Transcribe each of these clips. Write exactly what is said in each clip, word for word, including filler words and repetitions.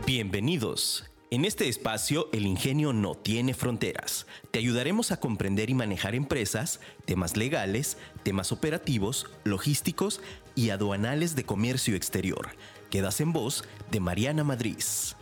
Bienvenidos. En este espacio, el ingenio no tiene fronteras. Te ayudaremos a comprender y manejar empresas, temas legales, temas operativos, logísticos y aduanales de comercio exterior. Quedas en voz de Mariana Madrid.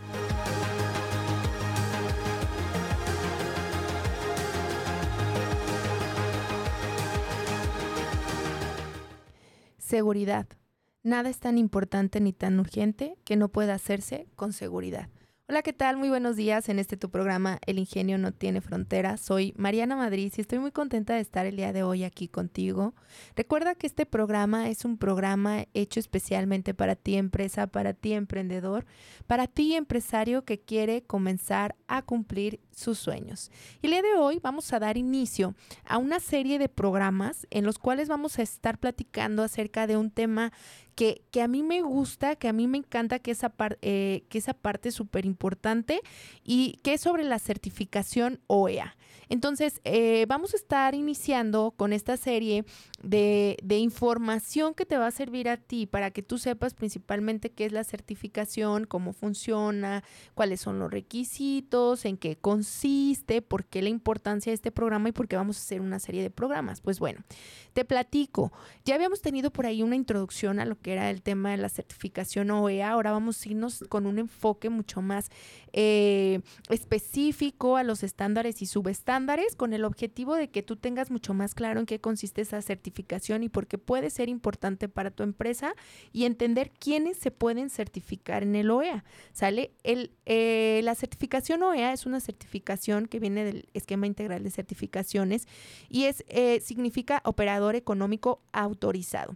Seguridad. Nada es tan importante ni tan urgente que no pueda hacerse con seguridad. Hola, ¿qué tal? Muy buenos días en este tu programa El Ingenio No Tiene Fronteras. Soy Mariana Madrid y estoy muy contenta de estar el día de hoy aquí contigo. Recuerda que este programa es un programa hecho especialmente para ti, empresa, para ti, emprendedor, para ti, empresario que quiere comenzar a cumplir sus sueños. Y el día de hoy vamos a dar inicio a una serie de programas en los cuales vamos a estar platicando acerca de un tema que, que a mí me gusta, que a mí me encanta, que esa, par, eh, que esa parte es súper importante y que es sobre la certificación O E A. Entonces, eh, vamos a estar iniciando con esta serie de, de información que te va a servir a ti para que tú sepas principalmente qué es la certificación, cómo funciona, cuáles son los requisitos, en qué consiste, por qué la importancia de este programa y por qué vamos a hacer una serie de programas. Pues bueno, te platico. Ya habíamos tenido por ahí una introducción a lo que era el tema de la certificación O E A. Ahora vamos a irnos con un enfoque mucho más eh, específico a los estándares y subestándares, con el objetivo de que tú tengas mucho más claro en qué consiste esa certificación y por qué puede ser importante para tu empresa y entender quiénes se pueden certificar en el O E A. ¿Sale? El, eh, la certificación O E A es una certificación que viene del esquema integral de certificaciones y es eh, significa operador económico autorizado.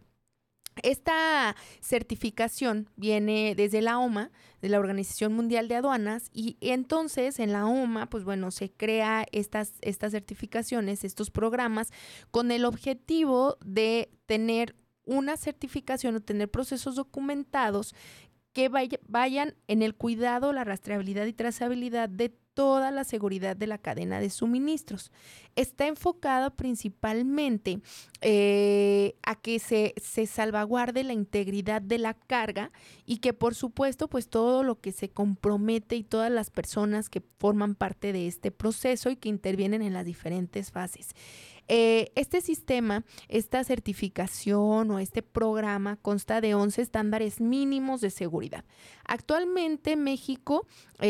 Esta certificación viene desde la O M A, de la Organización Mundial de Aduanas, y entonces en la O M A, pues bueno, se crea estas, estas certificaciones, estos programas, con el objetivo de tener una certificación o tener procesos documentados que vaya, vayan en el cuidado, la rastreabilidad y trazabilidad de toda la seguridad de la cadena de suministros. Está enfocada principalmente eh, a que se, se salvaguarde la integridad de la carga y que por supuesto pues todo lo que se compromete y todas las personas que forman parte de este proceso y que intervienen en las diferentes fases. Eh, este sistema, esta certificación o este programa consta de once estándares mínimos de seguridad. Actualmente México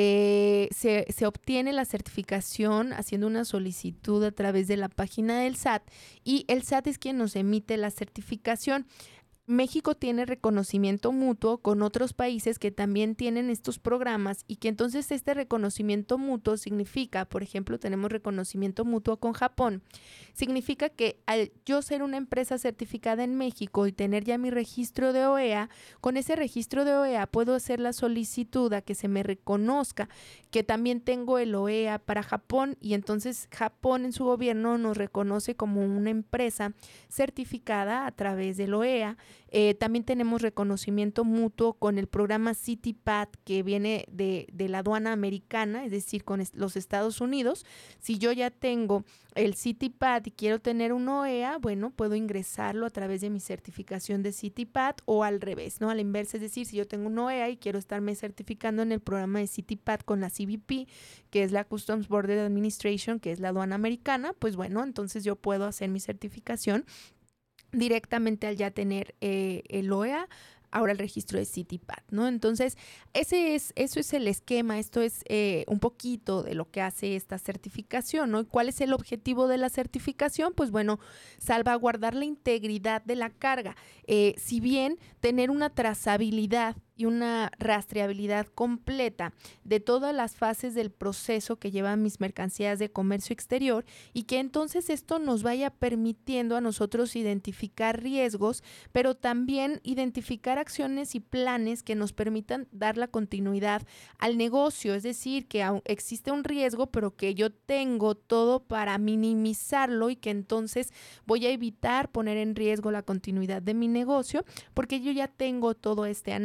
eh, se, se obtiene la certificación haciendo una solicitud a través de la página del S A T y el S A T es quien nos emite la certificación. México tiene reconocimiento mutuo con otros países que también tienen estos programas y que entonces este reconocimiento mutuo significa, por ejemplo, tenemos reconocimiento mutuo con Japón, significa que al yo ser una empresa certificada en México y tener ya mi registro de O E A, con ese registro de O E A puedo hacer la solicitud a que se me reconozca que también tengo el O E A para Japón y entonces Japón en su gobierno nos reconoce como una empresa certificada a través del O E A. Eh, también tenemos reconocimiento mutuo con el programa CITIPAT que viene de, de la aduana americana, es decir, con est- los Estados Unidos. Si yo ya tengo el CITIPAT y quiero tener un O E A, bueno, puedo ingresarlo a través de mi certificación de CITIPAT o al revés, ¿no? A la inversa, es decir, si yo tengo un O E A y quiero estarme certificando en el programa de CITIPAT con la C B P, que es la Customs Border Administration, que es la aduana americana, pues bueno, entonces yo puedo hacer mi certificación directamente al ya tener eh, el O E A, ahora el registro de CITIPAT, ¿no? Entonces, ese es, eso es el esquema, esto es eh, un poquito de lo que hace esta certificación, ¿no? ¿Cuál es el objetivo de la certificación? Pues bueno, salvaguardar la integridad de la carga. Eh, si bien tener una trazabilidad y una rastreabilidad completa de todas las fases del proceso que llevan mis mercancías de comercio exterior y que entonces esto nos vaya permitiendo a nosotros identificar riesgos, pero también identificar acciones y planes que nos permitan dar la continuidad al negocio, es decir, que existe un riesgo, pero que yo tengo todo para minimizarlo y que entonces voy a evitar poner en riesgo la continuidad de mi negocio porque yo ya tengo todo este análisis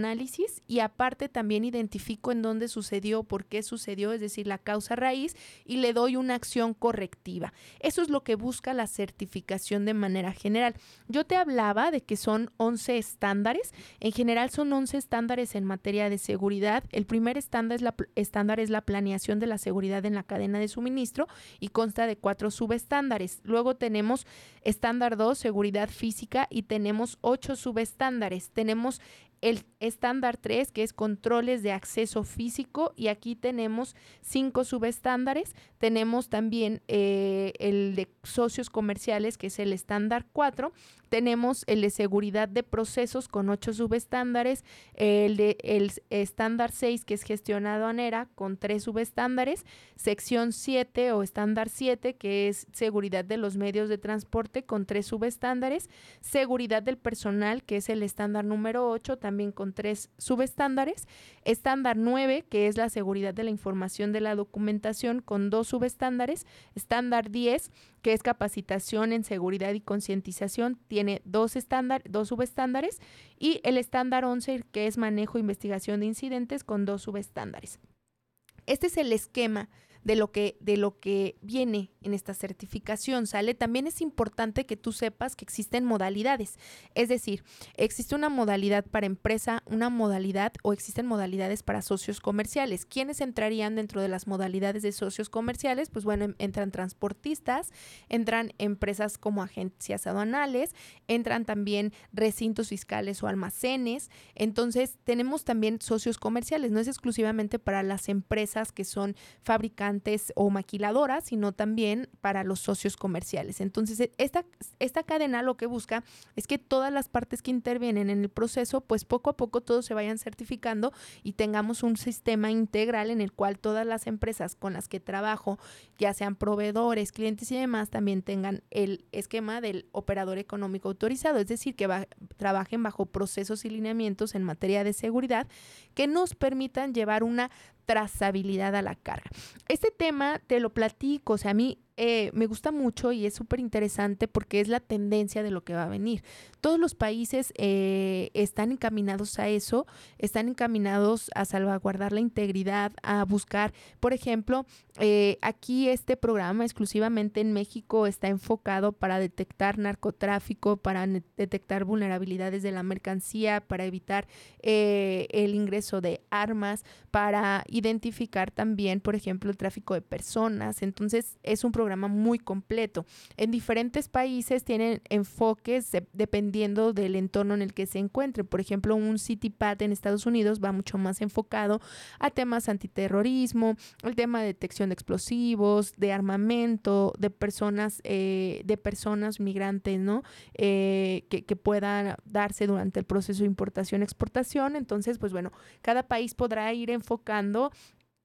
análisis y aparte también identifico en dónde sucedió, por qué sucedió, es decir, la causa raíz, y le doy una acción correctiva. Eso es lo que busca la certificación de manera general. Yo te hablaba de que son once estándares. En general son once estándares en materia de seguridad. El primer estándar es la, estándar es la planeación de la seguridad en la cadena de suministro y consta de cuatro subestándares. Luego tenemos estándar dos, seguridad física, y tenemos ocho subestándares. Tenemos el estándar tres, que es controles de acceso físico, y aquí tenemos cinco subestándares. Tenemos también eh, el de socios comerciales, que es el estándar cuatro. Tenemos el de seguridad de procesos con ocho subestándares, el de el estándar seis, que es gestión aduanera, con tres subestándares, sección siete o estándar siete, que es seguridad de los medios de transporte, con tres subestándares, seguridad del personal, que es el estándar número ocho, también con tres subestándares, estándar nueve, que es la seguridad de la información de la documentación, con dos subestándares, estándar diez, que es capacitación en seguridad y concientización, tiene dos, estándar, dos subestándares, y el estándar once, que es manejo e investigación de incidentes, con dos subestándares. Este es el esquema de lo que, de lo que viene en esta certificación, ¿sale? También es importante que tú sepas que existen modalidades, es decir, existe una modalidad para empresa, una modalidad o existen modalidades para socios comerciales. ¿Quiénes entrarían dentro de las modalidades de socios comerciales? Pues bueno, entran transportistas, entran empresas como agencias aduanales, entran también recintos fiscales o almacenes. Entonces, tenemos también socios comerciales, no es exclusivamente para las empresas que son fabricantes o maquiladoras, sino también para los socios comerciales. Entonces, esta, esta cadena lo que busca es que todas las partes que intervienen en el proceso, pues poco a poco todos se vayan certificando y tengamos un sistema integral en el cual todas las empresas con las que trabajo, ya sean proveedores, clientes y demás, también tengan el esquema del operador económico autorizado, es decir, que va, trabajen bajo procesos y lineamientos en materia de seguridad que nos permitan llevar una trazabilidad a la carga. Este tema te lo platico, o sea, a mí eh, me gusta mucho y es súper interesante porque es la tendencia de lo que va a venir. Todos los países eh, están encaminados a eso, están encaminados a salvaguardar la integridad, a buscar, por ejemplo, eh, aquí este programa exclusivamente en México está enfocado para detectar narcotráfico, para ne- detectar vulnerabilidades de la mercancía, para evitar eh, el ingreso de armas, para identificar también, por ejemplo, el tráfico de personas. Entonces, es un programa muy completo. En diferentes países tienen enfoques de, dependiendo del entorno en el que se encuentren. Por ejemplo, un CITIPAT en Estados Unidos va mucho más enfocado a temas antiterrorismo, el tema de detección de explosivos, de armamento, de personas, eh, de personas migrantes, ¿no? Eh, que, que puedan darse durante el proceso de importación-exportación. Entonces, pues bueno, cada país podrá ir enfocando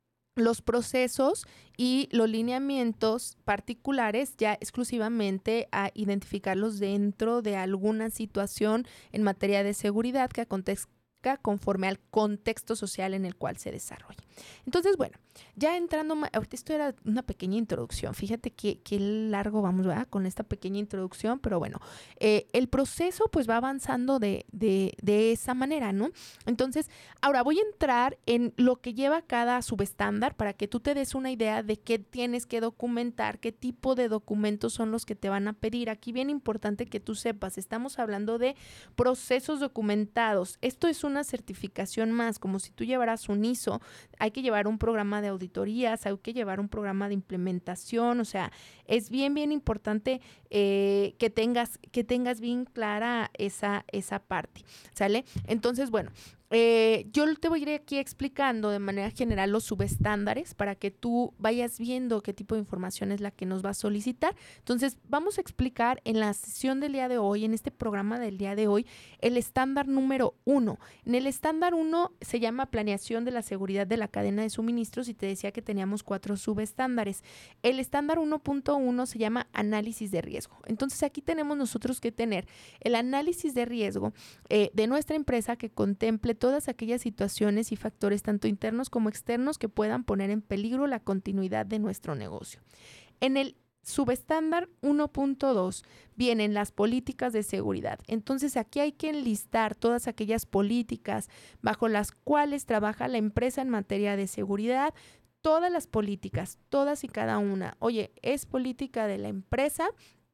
los procesos y los lineamientos particulares ya exclusivamente a identificarlos dentro de alguna situación en materia de seguridad que acontezca conforme al contexto social en el cual se desarrolla. Entonces, bueno, ya entrando, ahorita esto era una pequeña introducción, fíjate qué, qué largo vamos, ¿verdad? Con esta pequeña introducción, pero bueno, eh, el proceso pues va avanzando de, de, de esa manera, ¿no? Entonces, ahora voy a entrar en lo que lleva cada subestándar para que tú te des una idea de qué tienes que documentar, qué tipo de documentos son los que te van a pedir. Aquí bien importante que tú sepas, estamos hablando de procesos documentados. Esto es una certificación más, como si tú llevaras un I S O, hay que llevar un programa de auditorías, hay que llevar un programa de implementación, o sea, es bien, bien importante eh, que tengas, que tengas bien clara esa, esa parte, ¿sale? Entonces, bueno, Eh, yo te voy a ir aquí explicando de manera general los subestándares para que tú vayas viendo qué tipo de información es la que nos va a solicitar. Entonces, vamos a explicar en la sesión del día de hoy, en este programa del día de hoy, el estándar número uno. En el estándar uno se llama planeación de la seguridad de la cadena de suministros y te decía que teníamos cuatro subestándares. El estándar uno punto uno se llama análisis de riesgo. Entonces, aquí tenemos nosotros que tener el análisis de riesgo eh, de nuestra empresa que contemple todas aquellas situaciones y factores tanto internos como externos que puedan poner en peligro la continuidad de nuestro negocio. En el subestándar uno punto dos vienen las políticas de seguridad. Entonces aquí hay que enlistar todas aquellas políticas bajo las cuales trabaja la empresa en materia de seguridad, todas las políticas, todas y cada una. Oye, es política de la empresa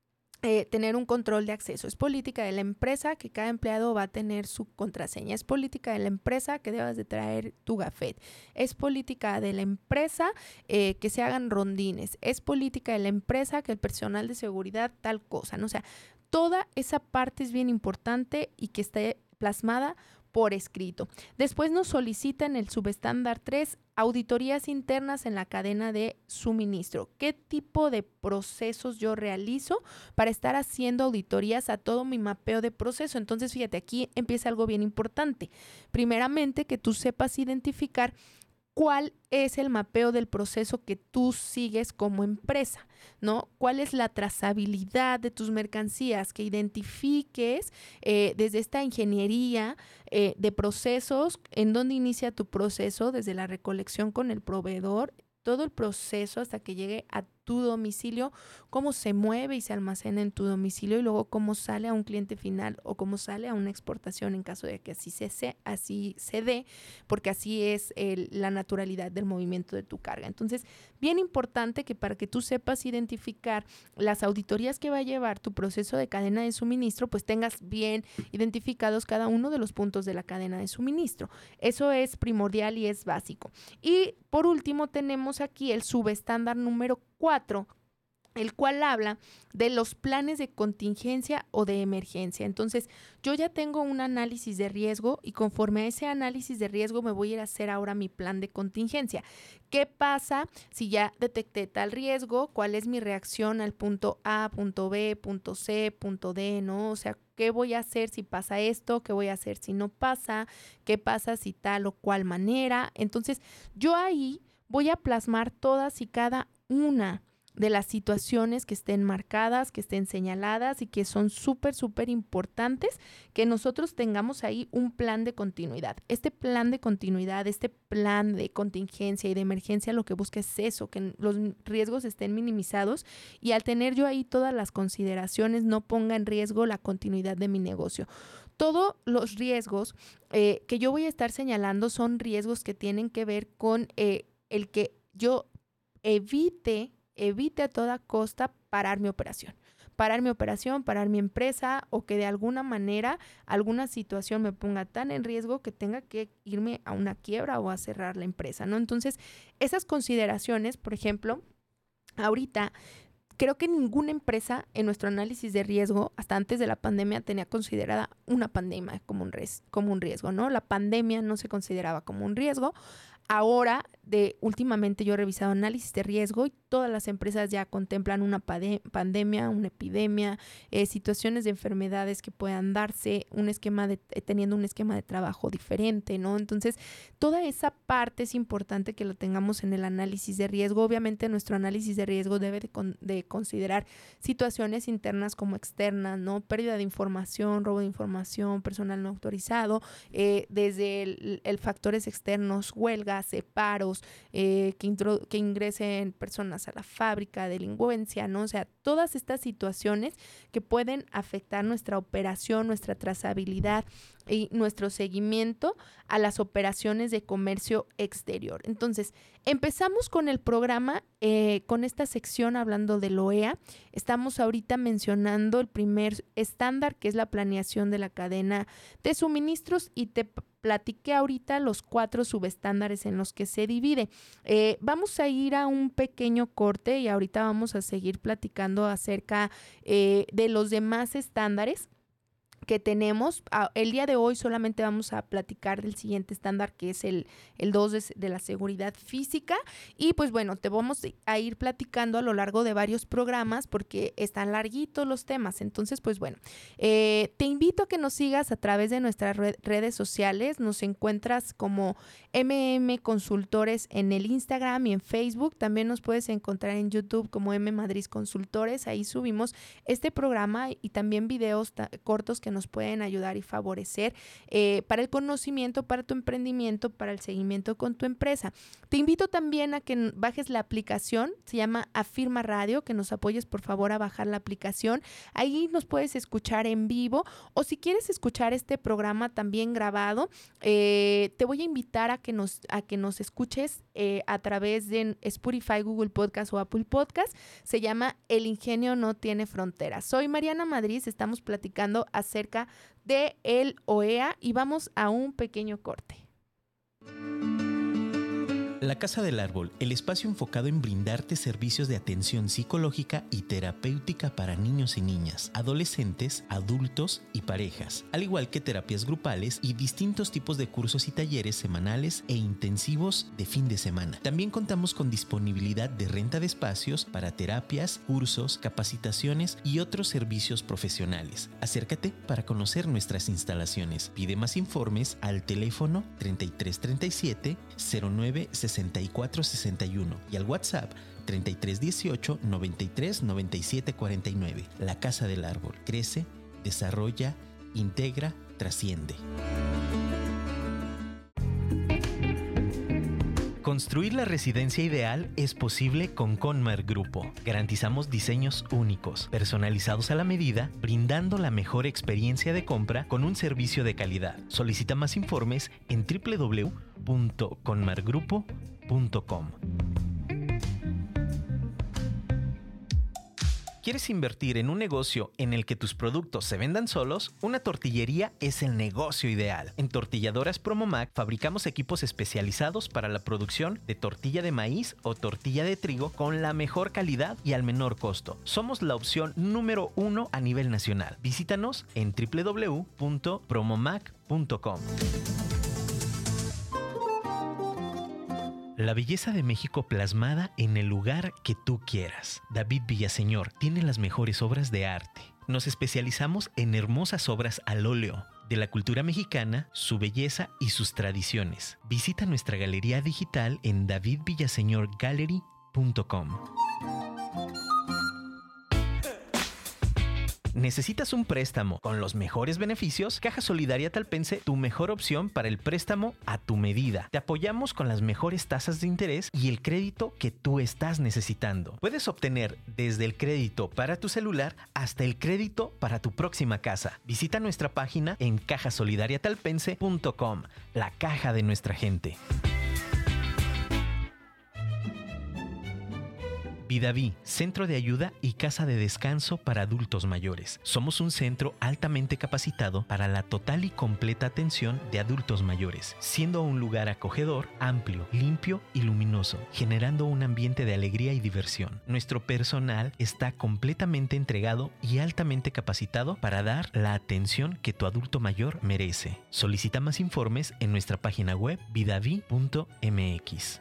Eh, tener un control de acceso. Es política de la empresa que cada empleado va a tener su contraseña. Es política de la empresa que debas de traer tu gafet. Es política de la empresa eh, que se hagan rondines. Es política de la empresa que el personal de seguridad tal cosa, ¿no? O sea, toda esa parte es bien importante y que esté plasmada por escrito. Después nos solicitan el subestándar tres, auditorías internas en la cadena de suministro. ¿Qué tipo de procesos yo realizo para estar haciendo auditorías a todo mi mapeo de proceso? Entonces, fíjate, aquí empieza algo bien importante. Primeramente, que tú sepas identificar cuál es el mapeo del proceso que tú sigues como empresa, ¿no? ¿Cuál es la trazabilidad de tus mercancías? Que identifiques eh, desde esta ingeniería eh, de procesos, en dónde inicia tu proceso, desde la recolección con el proveedor, todo el proceso hasta que llegue a tu domicilio, cómo se mueve y se almacena en tu domicilio y luego cómo sale a un cliente final o cómo sale a una exportación en caso de que así se, se, así se dé, porque así es el, la naturalidad del movimiento de tu carga. Entonces, bien importante que para que tú sepas identificar las auditorías que va a llevar tu proceso de cadena de suministro, pues tengas bien identificados cada uno de los puntos de la cadena de suministro. Eso es primordial y es básico. Y por último tenemos aquí el subestándar número cuatro, el cual habla de los planes de contingencia o de emergencia. Entonces, yo ya tengo un análisis de riesgo y conforme a ese análisis de riesgo me voy a ir a hacer ahora mi plan de contingencia. ¿Qué pasa si ya detecté tal riesgo? ¿Cuál es mi reacción al punto A, punto B, punto C, punto D, ¿no? O sea, ¿qué voy a hacer si pasa esto? ¿Qué voy a hacer si no pasa? ¿Qué pasa si tal o cual manera? Entonces, yo ahí voy a plasmar todas y cada una de las situaciones que estén marcadas, que estén señaladas y que son súper, súper importantes que nosotros tengamos ahí un plan de continuidad. Este plan de continuidad, este plan de contingencia y de emergencia lo que busca es eso, que los riesgos estén minimizados y al tener yo ahí todas las consideraciones no ponga en riesgo la continuidad de mi negocio. Todos los riesgos eh, que yo voy a estar señalando son riesgos que tienen que ver con eh, el que yo evite evite a toda costa parar mi operación, parar mi operación, parar mi empresa o que de alguna manera alguna situación me ponga tan en riesgo que tenga que irme a una quiebra o a cerrar la empresa, ¿no? Entonces, esas consideraciones, por ejemplo, ahorita creo que ninguna empresa en nuestro análisis de riesgo, hasta antes de la pandemia, tenía considerada una pandemia como un, res, como un riesgo, ¿no? La pandemia no se consideraba como un riesgo. Ahora, de últimamente yo he revisado análisis de riesgo y todas las empresas ya contemplan una pade- pandemia, una epidemia, eh, situaciones de enfermedades que puedan darse, un esquema de, eh, teniendo un esquema de trabajo diferente, ¿no? Entonces, toda esa parte es importante que lo tengamos en el análisis de riesgo. Obviamente, nuestro análisis de riesgo debe de, con, de considerar situaciones internas como externas, ¿no? Pérdida de información, robo de información, personal no autorizado, eh, desde el, el factores externos, huelga, separos, eh, que, intro, que ingresen personas a la fábrica, delincuencia, ¿no? O sea, todas estas situaciones que pueden afectar nuestra operación, nuestra trazabilidad y nuestro seguimiento a las operaciones de comercio exterior. Entonces, empezamos con el programa, eh, con esta sección hablando del O E A. Estamos ahorita mencionando el primer estándar, que es la planeación de la cadena de suministros, y te platiqué ahorita los cuatro subestándares en los que se divide. Eh, vamos a ir a un pequeño corte y ahorita vamos a seguir platicando acerca eh, de los demás estándares que tenemos. El día de hoy solamente vamos a platicar del siguiente estándar, que es el, el dos de, de la seguridad física, y pues bueno, te vamos a ir platicando a lo largo de varios programas porque están larguitos los temas. Entonces pues bueno, eh, te invito a que nos sigas a través de nuestras red, redes sociales. Nos encuentras como M M Consultores en el Instagram y en Facebook. También nos puedes encontrar en YouTube como M Madrid Consultores. Ahí subimos este programa y también videos ta- cortos que nos pueden ayudar y favorecer eh, para el conocimiento, para tu emprendimiento, para el seguimiento con tu empresa. Te invito también a que bajes la aplicación, se llama Afirma Radio, que nos apoyes por favor a bajar la aplicación. Ahí nos puedes escuchar en vivo, o si quieres escuchar este programa también grabado, eh, te voy a invitar a que nos, a que nos escuches eh, a través de Spotify, Google Podcast o Apple Podcast. Se llama El Ingenio No Tiene Fronteras. Soy Mariana Madrid, estamos platicando acerca de el O E A y vamos a un pequeño corte. La Casa del Árbol, el espacio enfocado en brindarte servicios de atención psicológica y terapéutica para niños y niñas, adolescentes, adultos y parejas, al igual que terapias grupales y distintos tipos de cursos y talleres semanales e intensivos de fin de semana. También contamos con disponibilidad de renta de espacios para terapias, cursos, capacitaciones y otros servicios profesionales. Acércate para conocer nuestras instalaciones. Pide más informes al teléfono treinta y tres treinta y siete cero nueve sesenta y cuatro sesenta y uno y al WhatsApp treinta y tres dieciocho noventa y tres noventa y siete cuarenta y nueve. La Casa del Árbol crece, desarrolla, integra, trasciende. Construir la residencia ideal es posible con Conmar Grupo. Garantizamos diseños únicos, personalizados a la medida, brindando la mejor experiencia de compra con un servicio de calidad. Solicita más informes en doble u doble u doble u punto conmar grupo punto com. ¿Quieres invertir en un negocio en el que tus productos se vendan solos? Una tortillería es el negocio ideal. En Tortilladoras Promomac fabricamos equipos especializados para la producción de tortilla de maíz o tortilla de trigo con la mejor calidad y al menor costo. Somos la opción número uno a nivel nacional. Visítanos en doble u doble u doble u punto promomac punto com. La belleza de México plasmada en el lugar que tú quieras. David Villaseñor tiene las mejores obras de arte. Nos especializamos en hermosas obras al óleo, de la cultura mexicana, su belleza y sus tradiciones. Visita nuestra galería digital en david villaseñor gallery punto com. ¿Necesitas un préstamo con los mejores beneficios? Caja Solidaria Talpense, tu mejor opción para el préstamo a tu medida. Te apoyamos con las mejores tasas de interés y el crédito que tú estás necesitando. Puedes obtener desde el crédito para tu celular hasta el crédito para tu próxima casa. Visita nuestra página en caja solidaria talpense punto com, la caja de nuestra gente. Vidaví, centro de ayuda y casa de descanso para adultos mayores. Somos un centro altamente capacitado para la total y completa atención de adultos mayores, siendo un lugar acogedor, amplio, limpio y luminoso, generando un ambiente de alegría y diversión. Nuestro personal está completamente entregado y altamente capacitado para dar la atención que tu adulto mayor merece. Solicita más informes en nuestra página web vidaví punto m x.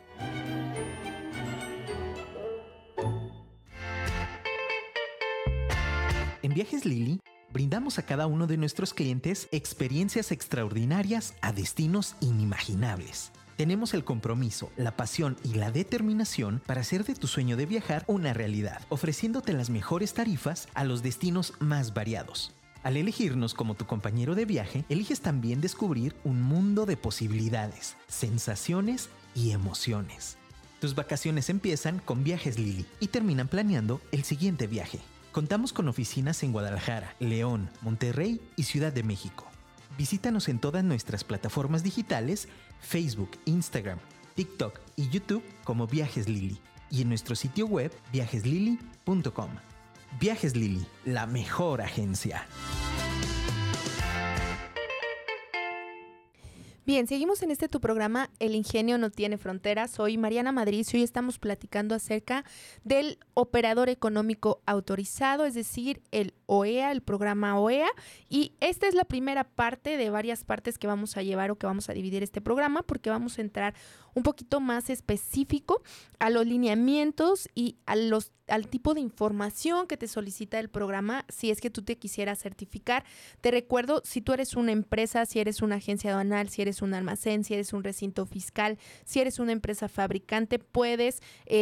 En Viajes Lili, brindamos a cada uno de nuestros clientes experiencias extraordinarias a destinos inimaginables. Tenemos el compromiso, la pasión y la determinación para hacer de tu sueño de viajar una realidad, ofreciéndote las mejores tarifas a los destinos más variados. Al elegirnos como tu compañero de viaje, eliges también descubrir un mundo de posibilidades, sensaciones y emociones. Tus vacaciones empiezan con Viajes Lili y terminan planeando el siguiente viaje. Contamos con oficinas en Guadalajara, León, Monterrey y Ciudad de México. Visítanos en todas nuestras plataformas digitales, Facebook, Instagram, TikTok y YouTube como Viajes Lili y en nuestro sitio web viajes lili punto com. Viajes Lili, la mejor agencia. Bien, seguimos en este tu programa El Ingenio No Tiene Fronteras. Soy Mariana Madrid y hoy estamos platicando acerca del operador económico autorizado, es decir, el O E A, el programa O E A. Y esta es la primera parte de varias partes que vamos a llevar o que vamos a dividir este programa, porque vamos a entrar un poquito más específico a los lineamientos y a los, al tipo de información que te solicita el programa si es que tú te quisieras certificar. Te recuerdo, si tú eres una empresa, si eres una agencia aduanal, si eres un almacén, si eres un recinto fiscal, si eres una empresa fabricante, puedes... Eh,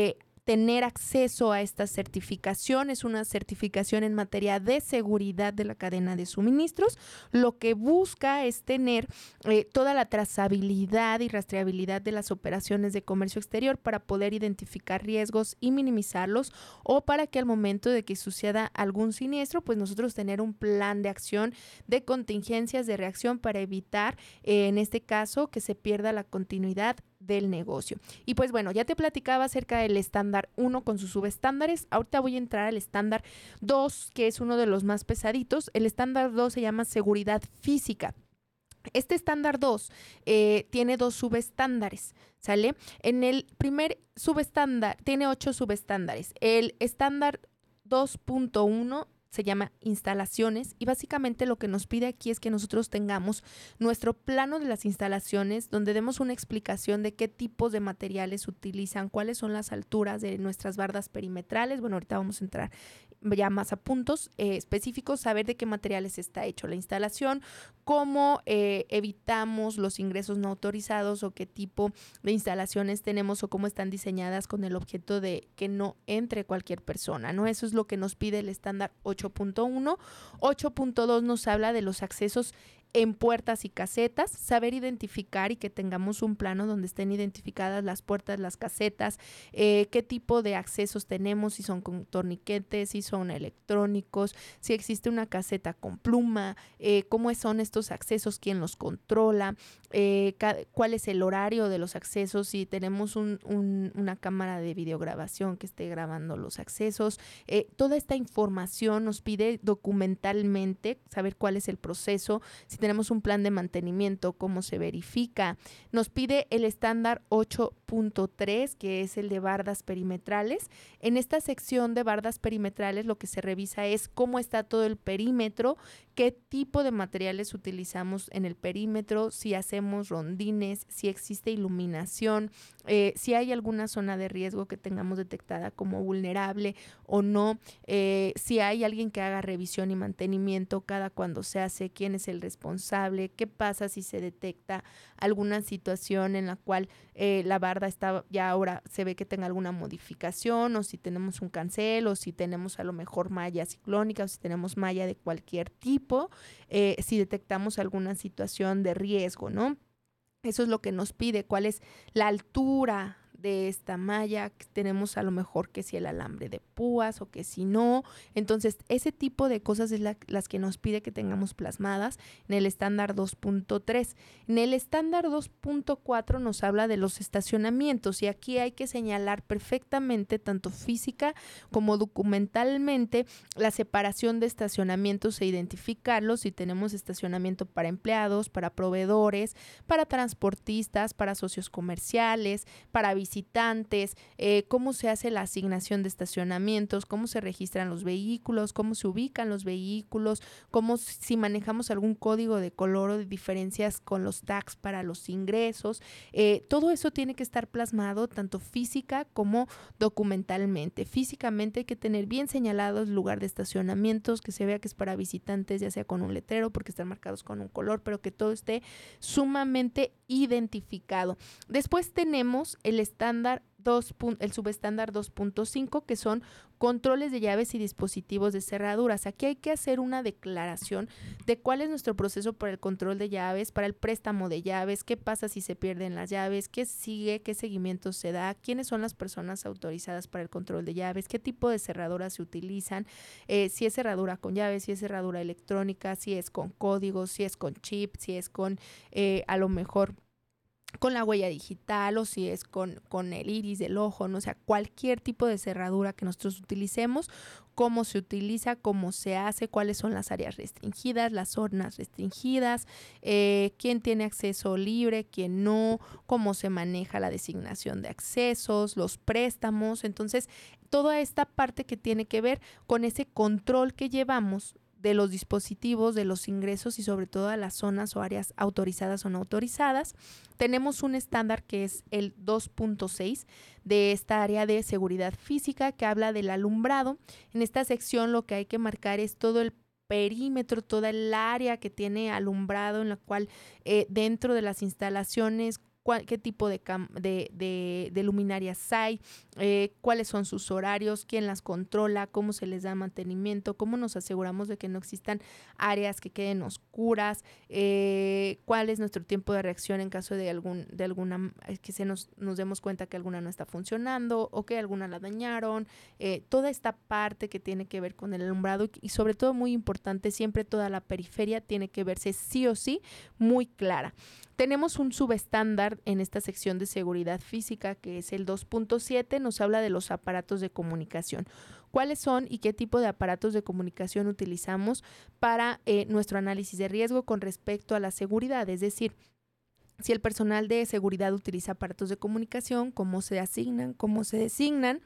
tener acceso a esta certificación. Es una certificación en materia de seguridad de la cadena de suministros. Lo que busca es tener eh, toda la trazabilidad y rastreabilidad de las operaciones de comercio exterior para poder identificar riesgos y minimizarlos, o para que al momento de que suceda algún siniestro, pues nosotros tener un plan de acción, de contingencias, de reacción para evitar, eh, en este caso, que se pierda la continuidad del negocio. Y pues bueno, ya te platicaba acerca del estándar uno con sus subestándares. Ahorita voy a entrar al estándar dos, que es uno de los más pesaditos. El estándar dos se llama seguridad física. Este estándar dos eh, tiene dos subestándares, ¿sale? En el primer subestándar, tiene ocho subestándares. El estándar dos punto uno se llama instalaciones, y básicamente lo que nos pide aquí es que nosotros tengamos nuestro plano de las instalaciones, donde demos una explicación de qué tipos de materiales utilizan, cuáles son las alturas de nuestras bardas perimetrales. Bueno, ahorita vamos a entrar ya más a puntos eh, específicos, saber de qué materiales está hecho la instalación, cómo eh, evitamos los ingresos no autorizados, o qué tipo de instalaciones tenemos, o cómo están diseñadas con el objeto de que no entre cualquier persona, ¿no? Eso es lo que nos pide el estándar ocho punto uno. ocho punto dos nos habla de los accesos en puertas y casetas, saber identificar y que tengamos un plano donde estén identificadas las puertas, las casetas, eh, qué tipo de accesos tenemos, si son con torniquetes, si son electrónicos, si existe una caseta con pluma, eh, cómo son estos accesos, quién los controla, eh, cuál es el horario de los accesos, si tenemos un, un, una cámara de videograbación que esté grabando los accesos. Eh, toda esta información nos pide documentalmente saber cuál es el proceso, si tenemos un plan de mantenimiento, cómo se verifica. Nos pide el estándar ocho punto tres, que es el de bardas perimetrales. En esta sección de bardas perimetrales lo que se revisa es cómo está todo el perímetro, qué tipo de materiales utilizamos en el perímetro, si hacemos rondines, si existe iluminación, eh, si hay alguna zona de riesgo que tengamos detectada como vulnerable o no, eh, si hay alguien que haga revisión y mantenimiento cada cuando se hace, quién es el responsable, qué pasa si se detecta alguna situación en la cual eh, la barda está ya ahora se ve que tenga alguna modificación, o si tenemos un cancel, o si tenemos a lo mejor malla ciclónica, o si tenemos malla de cualquier tipo, eh, si detectamos alguna situación de riesgo, ¿no? Eso es lo que nos pide, cuál es la altura de esta malla, tenemos a lo mejor que si el alambre de púas o que si no. Entonces, ese tipo de cosas es la, las que nos pide que tengamos plasmadas en el estándar dos punto tres. En el estándar dos punto cuatro nos habla de los estacionamientos, y aquí hay que señalar perfectamente, tanto física como documentalmente, la separación de estacionamientos e identificarlos, si tenemos estacionamiento para empleados, para proveedores, para transportistas, para socios comerciales, para visitantes, eh, cómo se hace la asignación de estacionamientos, cómo se registran los vehículos, cómo se ubican los vehículos, cómo si manejamos algún código de color o de diferencias con los tags para los ingresos. Eh, todo eso tiene que estar plasmado tanto física como documentalmente. Físicamente hay que tener bien señalado el lugar de estacionamientos, que se vea que es para visitantes, ya sea con un letrero porque están marcados con un color, pero que todo esté sumamente identificado. Después tenemos el estándar dos, el subestándar dos punto cinco, que son controles de llaves y dispositivos de cerraduras. Aquí hay que hacer una declaración de cuál es nuestro proceso para el control de llaves, para el préstamo de llaves, qué pasa si se pierden las llaves, qué sigue, qué seguimiento se da, quiénes son las personas autorizadas para el control de llaves, qué tipo de cerraduras se utilizan, eh, si es cerradura con llaves, si es cerradura electrónica, si es con códigos, si es con chip, si es con eh, a lo mejor con la huella digital, o si es con, con el iris del ojo, ¿no? O sea, cualquier tipo de cerradura que nosotros utilicemos, cómo se utiliza, cómo se hace, cuáles son las áreas restringidas, las zonas restringidas, eh, quién tiene acceso libre, quién no, cómo se maneja la designación de accesos, los préstamos. Entonces, toda esta parte que tiene que ver con ese control que llevamos de los dispositivos, de los ingresos y sobre todo a las zonas o áreas autorizadas o no autorizadas. Tenemos un estándar que es el dos punto seis de esta área de seguridad física, que habla del alumbrado. En esta sección lo que hay que marcar es todo el perímetro, toda el área que tiene alumbrado, en la cual eh, dentro de las instalaciones, cuál, qué tipo de, cam, de, de, de luminarias hay, eh, cuáles son sus horarios, quién las controla, cómo se les da mantenimiento, cómo nos aseguramos de que no existan áreas que queden oscuras, eh, cuál es nuestro tiempo de reacción en caso de algún de alguna que se nos, nos demos cuenta que alguna no está funcionando o que alguna la dañaron, eh, toda esta parte que tiene que ver con el alumbrado y, y sobre todo muy importante, siempre toda la periferia tiene que verse sí o sí muy clara. Tenemos un subestándar en esta sección de seguridad física que es el dos punto siete, nos habla de los aparatos de comunicación. ¿Cuáles son y qué tipo de aparatos de comunicación utilizamos para eh, nuestro análisis de riesgo con respecto a la seguridad? Es decir, si el personal de seguridad utiliza aparatos de comunicación, cómo se asignan, cómo se designan,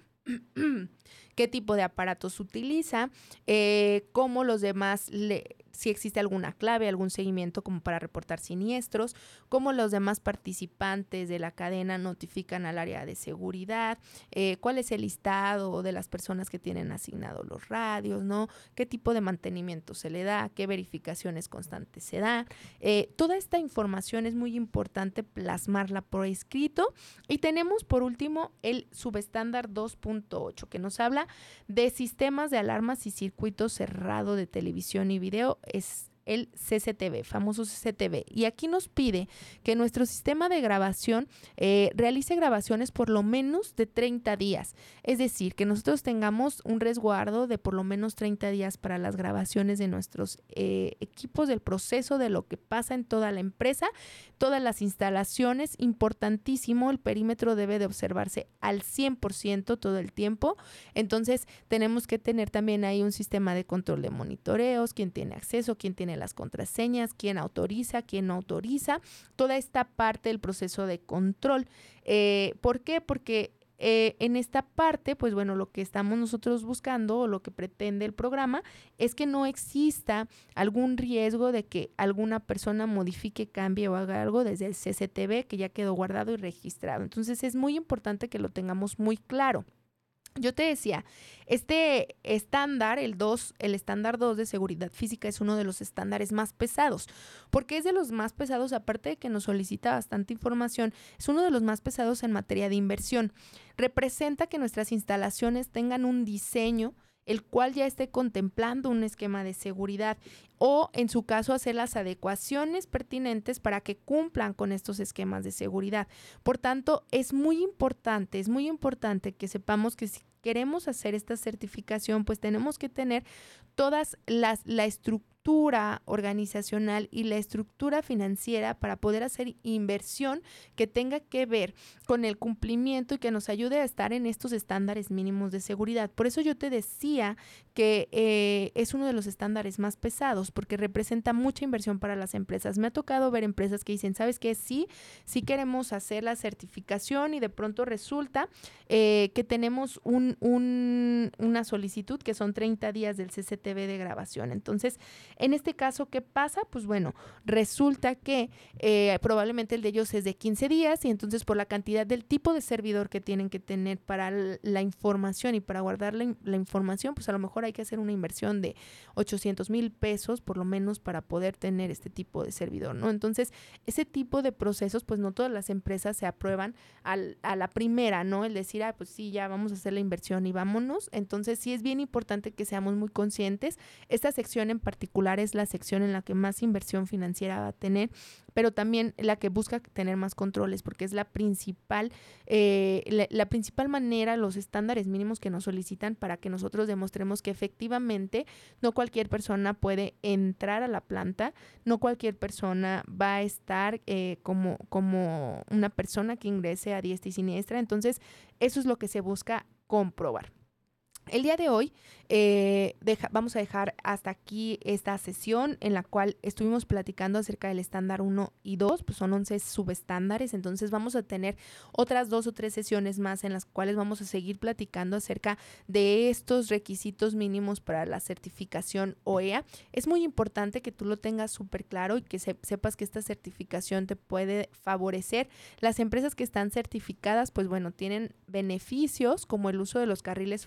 qué tipo de aparatos utiliza, eh, cómo los demás, le, si existe alguna clave, algún seguimiento como para reportar siniestros, cómo los demás participantes de la cadena notifican al área de seguridad, eh, cuál es el listado de las personas que tienen asignados los radios, ¿no? Qué tipo de mantenimiento se le da, qué verificaciones constantes se dan. Eh, toda esta información es muy importante plasmarla por escrito. Y tenemos por último el subestándar dos punto ocho que nos habla de sistemas de alarmas y circuitos cerrado de televisión y video, es el C C T V, famoso C C T V. Y aquí nos pide que nuestro sistema de grabación eh, realice grabaciones por lo menos de treinta días. Es decir, que nosotros tengamos un resguardo de por lo menos treinta días para las grabaciones de nuestros eh, equipos, del proceso de lo que pasa en toda la empresa, todas las instalaciones. Importantísimo, el perímetro debe de observarse al cien por ciento todo el tiempo. Entonces, tenemos que tener también ahí un sistema de control de monitoreos, quién tiene acceso, quién tiene las contraseñas, quién autoriza, quién no autoriza, toda esta parte del proceso de control. Eh, ¿Por qué? Porque eh, en esta parte, pues bueno, lo que estamos nosotros buscando o lo que pretende el programa es que no exista algún riesgo de que alguna persona modifique, cambie o haga algo desde el C C T V que ya quedó guardado y registrado. Entonces es muy importante que lo tengamos muy claro. Yo te decía, este estándar, el dos, el estándar dos de seguridad física es uno de los estándares más pesados. ¿Por qué es de los más pesados? Aparte de que nos solicita bastante información, es uno de los más pesados en materia de inversión. Representa que nuestras instalaciones tengan un diseño el cual ya esté contemplando un esquema de seguridad o, en su caso, hacer las adecuaciones pertinentes para que cumplan con estos esquemas de seguridad. Por tanto, es muy importante, es muy importante que sepamos que si queremos hacer esta certificación, pues tenemos que tener todas las, la estructura organizacional y la estructura financiera para poder hacer inversión que tenga que ver con el cumplimiento y que nos ayude a estar en estos estándares mínimos de seguridad. Por eso yo te decía que eh, es uno de los estándares más pesados porque representa mucha inversión para las empresas. Me ha tocado ver empresas que dicen, ¿sabes qué? Sí, sí queremos hacer la certificación y de pronto resulta eh, que tenemos un, un, una solicitud que son treinta días del C C T V de grabación. Entonces, en este caso, ¿qué pasa? Pues bueno, resulta que eh, probablemente el de ellos es de quince días y entonces por la cantidad del tipo de servidor que tienen que tener para la información y para guardar la, la información, pues a lo mejor hay que hacer una inversión de ochocientos mil pesos por lo menos para poder tener este tipo de servidor, ¿no? Entonces, ese tipo de procesos, pues no todas las empresas se aprueban al, a la primera, ¿no? El decir, ah, pues sí, ya vamos a hacer la inversión y vámonos. Entonces, sí es bien importante que seamos muy conscientes. Esta sección en particular es la sección en la que más inversión financiera va a tener, pero también la que busca tener más controles, porque es la principal, eh, la, la principal manera, los estándares mínimos que nos solicitan para que nosotros demostremos que efectivamente no cualquier persona puede entrar a la planta, no cualquier persona va a estar eh, como, como una persona que ingrese a diestra y siniestra. Entonces, eso es lo que se busca comprobar. El día de hoy eh, deja, vamos a dejar hasta aquí esta sesión en la cual estuvimos platicando acerca del estándar uno y dos, pues son once subestándares, entonces vamos a tener otras dos o tres sesiones más en las cuales vamos a seguir platicando acerca de estos requisitos mínimos para la certificación O E A. Es muy importante que tú lo tengas súper claro y que se, sepas que esta certificación te puede favorecer. Las empresas que están certificadas, pues bueno, tienen beneficios como el uso de los carriles fast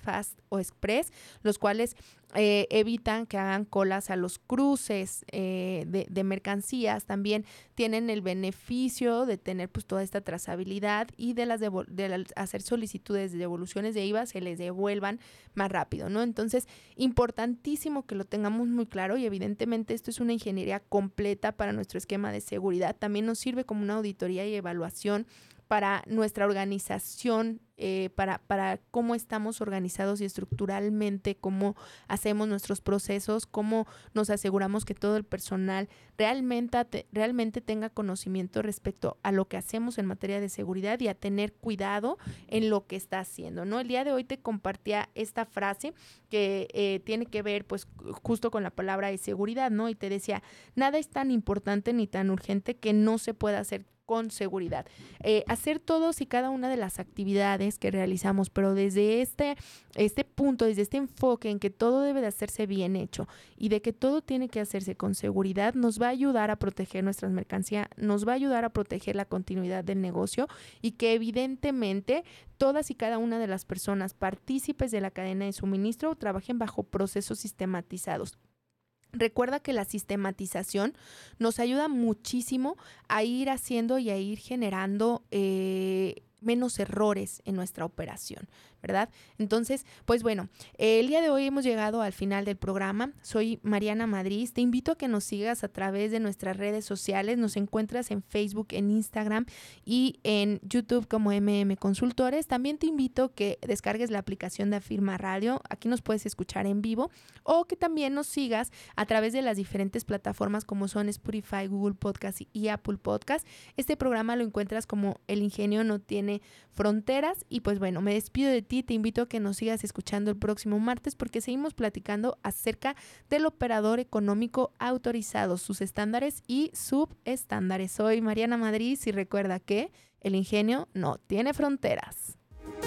o express, los cuales eh, evitan que hagan colas a los cruces eh, de, de mercancías. También tienen el beneficio de tener pues toda esta trazabilidad y de las devol- de las, hacer solicitudes de devoluciones de I V A se les devuelvan más rápido, ¿no? Entonces, importantísimo que lo tengamos muy claro, y evidentemente esto es una ingeniería completa para nuestro esquema de seguridad. También nos sirve como una auditoría y evaluación para nuestra organización, eh, para, para cómo estamos organizados y estructuralmente, cómo hacemos nuestros procesos, cómo nos aseguramos que todo el personal realmente, te, realmente tenga conocimiento respecto a lo que hacemos en materia de seguridad y a tener cuidado en lo que está haciendo, ¿no? El día de hoy te compartía esta frase que eh, tiene que ver pues justo con la palabra de seguridad, ¿no? Y te decía, nada es tan importante ni tan urgente que no se pueda hacer con seguridad. Eh, hacer todos y cada una de las actividades que realizamos, pero desde este, este punto, desde este enfoque en que todo debe de hacerse bien hecho y de que todo tiene que hacerse con seguridad, nos va a ayudar a proteger nuestras mercancías, nos va a ayudar a proteger la continuidad del negocio y que evidentemente todas y cada una de las personas partícipes de la cadena de suministro trabajen bajo procesos sistematizados. Recuerda que la sistematización nos ayuda muchísimo a ir haciendo y a ir generando eh, menos errores en nuestra operación, ¿verdad? Entonces, pues bueno, eh, el día de hoy hemos llegado al final del programa. Soy Mariana Madrid. Te invito a que nos sigas a través de nuestras redes sociales. Nos encuentras en Facebook, en Instagram y en YouTube como M M Consultores. También te invito a que descargues la aplicación de Afirma Radio. Aquí nos puedes escuchar en vivo, o que también nos sigas a través de las diferentes plataformas como son Spotify, Google Podcast y Apple Podcast. Este programa lo encuentras como El Ingenio No Tiene Fronteras. Y pues bueno, me despido de ti, te invito a que nos sigas escuchando el próximo martes porque seguimos platicando acerca del operador económico autorizado, sus estándares y subestándares. Soy Mariana Madrid y recuerda que el ingenio no tiene fronteras.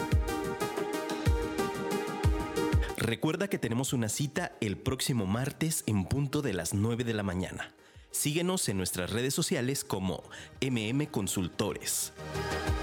Recuerda que tenemos una cita el próximo martes en punto de las nueve de la mañana. Síguenos en nuestras redes sociales como M M Consultores.